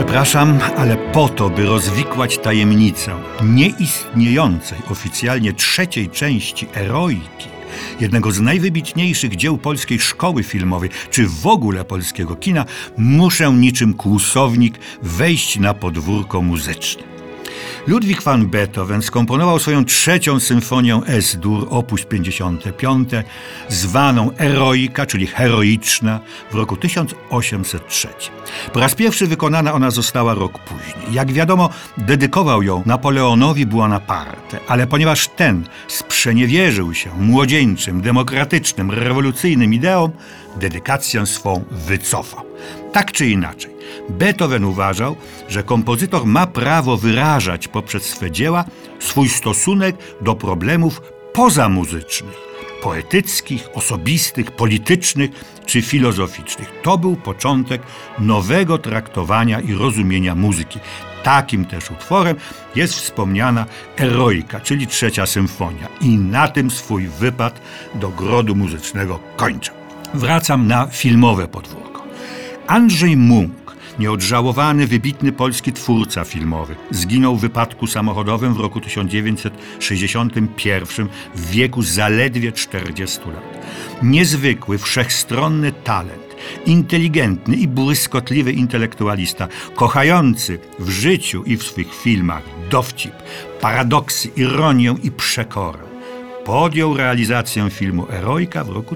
Przepraszam, ale po to, by rozwikłać tajemnicę nieistniejącej oficjalnie trzeciej części Eroiki, jednego z najwybitniejszych dzieł polskiej szkoły filmowej, czy w ogóle polskiego kina, muszę niczym kłusownik wejść na podwórko muzyczne. Ludwig van Beethoven skomponował swoją trzecią symfonię S-dur, op. 55, zwaną Eroika, czyli heroiczna, w roku 1803. Po raz pierwszy wykonana ona została rok później. Jak wiadomo, dedykował ją Napoleonowi Buonaparte, ale ponieważ ten sprzeniewierzył się młodzieńczym, demokratycznym, rewolucyjnym ideom, dedykację swą wycofał. Tak czy inaczej, Beethoven uważał, że kompozytor ma prawo wyrażać poprzez swe dzieła swój stosunek do problemów pozamuzycznych, poetyckich, osobistych, politycznych czy filozoficznych. To był początek nowego traktowania i rozumienia muzyki. Takim też utworem jest wspomniana Eroika, czyli trzecia symfonia. I na tym swój wypad do grodu muzycznego kończę. Wracam na filmowe podwórko. Andrzej Munk, nieodżałowany, wybitny polski twórca filmowy, zginął w wypadku samochodowym w roku 1961 w wieku zaledwie 40 lat. Niezwykły, wszechstronny talent, inteligentny i błyskotliwy intelektualista, kochający w życiu i w swych filmach dowcip, paradoksy, ironię i przekorę. Podjął realizację filmu Eroika w roku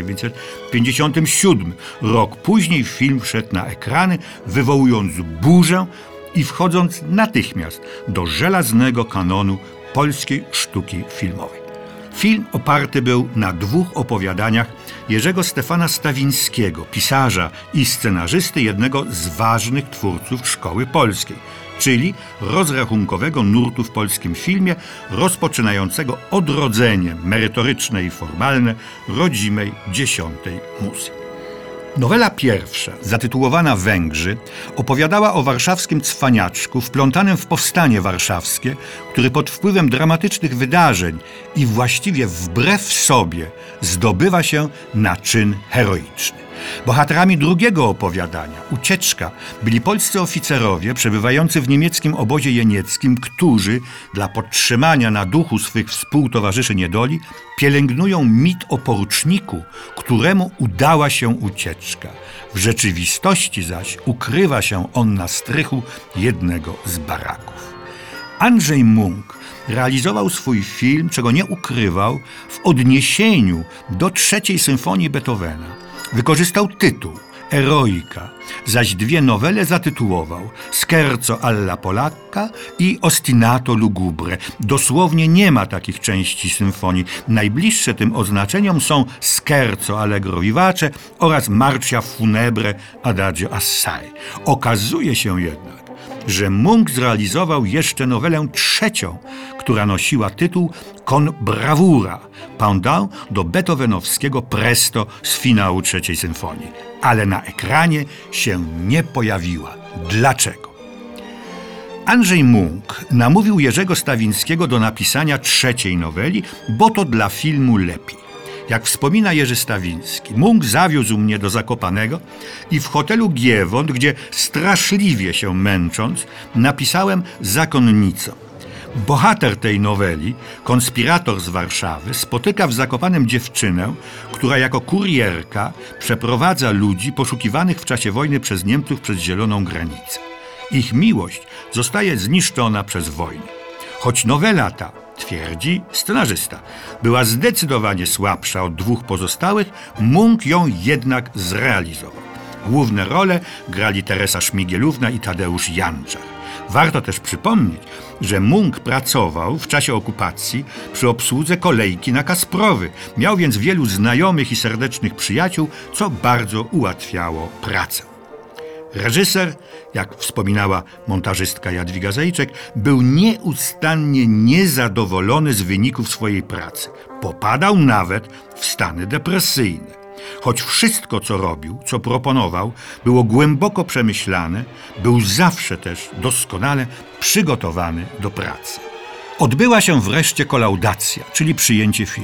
1957. Rok później film wszedł na ekrany, wywołując burzę i wchodząc natychmiast do żelaznego kanonu polskiej sztuki filmowej. Film oparty był na dwóch opowiadaniach Jerzego Stefana Stawińskiego, pisarza i scenarzysty, jednego z ważnych twórców szkoły polskiej, czyli rozrachunkowego nurtu w polskim filmie, rozpoczynającego odrodzenie merytoryczne i formalne rodzimej 10. muzy. Nowela pierwsza, zatytułowana Węgrzy, opowiadała o warszawskim cwaniaczku wplątanym w powstanie warszawskie, który pod wpływem dramatycznych wydarzeń i właściwie wbrew sobie zdobywa się na czyn heroiczny. Bohaterami drugiego opowiadania, Ucieczka, byli polscy oficerowie przebywający w niemieckim obozie jenieckim, którzy dla podtrzymania na duchu swych współtowarzyszy niedoli pielęgnują mit o poruczniku, któremu udała się ucieczka. W rzeczywistości zaś ukrywa się on na strychu jednego z baraków. Andrzej Munk realizował swój film, czego nie ukrywał, w odniesieniu do trzeciej symfonii Beethovena. Wykorzystał tytuł Eroika, zaś dwie nowele zatytułował Scherzo alla Polacca i Ostinato Lugubre. Dosłownie nie ma takich części symfonii. Najbliższe tym oznaczeniom są Scherzo Allegro Vivace oraz Marcia Funebre Adagio Assai. Okazuje się jednak, że Munk zrealizował jeszcze nowelę trzecią, która nosiła tytuł Con bravura, pendant do beethovenowskiego Presto z finału trzeciej symfonii, ale na ekranie się nie pojawiła. Dlaczego? Andrzej Munk namówił Jerzego Stawińskiego do napisania trzeciej noweli, bo to dla filmu lepiej. Jak wspomina Jerzy Stawiński, Munk zawiózł mnie do Zakopanego i w hotelu Giewont, gdzie straszliwie się męcząc, napisałem Zakonnicę. Bohater tej noweli, konspirator z Warszawy, spotyka w Zakopanem dziewczynę, która jako kurierka przeprowadza ludzi poszukiwanych w czasie wojny przez Niemców przez zieloną granicę. Ich miłość zostaje zniszczona przez wojnę. Choć nowela ta, twierdzi scenarzysta, była zdecydowanie słabsza od dwóch pozostałych, Munk ją jednak zrealizował. Główne role grali Teresa Szmigielówna i Tadeusz Janczar. Warto też przypomnieć, że Munk pracował w czasie okupacji przy obsłudze kolejki na Kasprowy. Miał więc wielu znajomych i serdecznych przyjaciół, co bardzo ułatwiało pracę. Reżyser, jak wspominała montażystka Jadwiga Zajczek, był nieustannie niezadowolony z wyników swojej pracy. Popadał nawet w stany depresyjne. Choć wszystko, co robił, co proponował, było głęboko przemyślane, był zawsze też doskonale przygotowany do pracy. Odbyła się wreszcie kolaudacja, czyli przyjęcie filmu.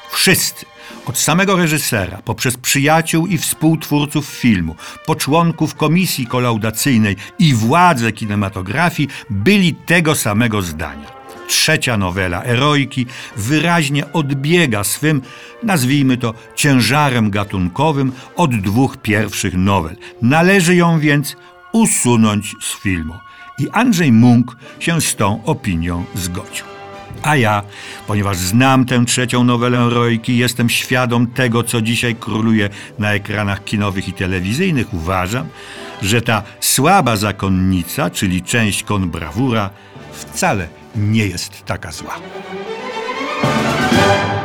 Wszyscy, od samego reżysera, poprzez przyjaciół i współtwórców filmu, po członków komisji kolaudacyjnej i władze kinematografii, byli tego samego zdania. Trzecia nowela Eroiki wyraźnie odbiega swym, nazwijmy to, ciężarem gatunkowym od dwóch pierwszych nowel. Należy ją więc usunąć z filmu. I Andrzej Munk się z tą opinią zgodził. A ja, ponieważ znam tę trzecią nowelę Eroiki, jestem świadom tego, co dzisiaj króluje na ekranach kinowych i telewizyjnych, uważam, że ta słaba zakonnica, czyli część konbrawura, wcale nie jest taka zła.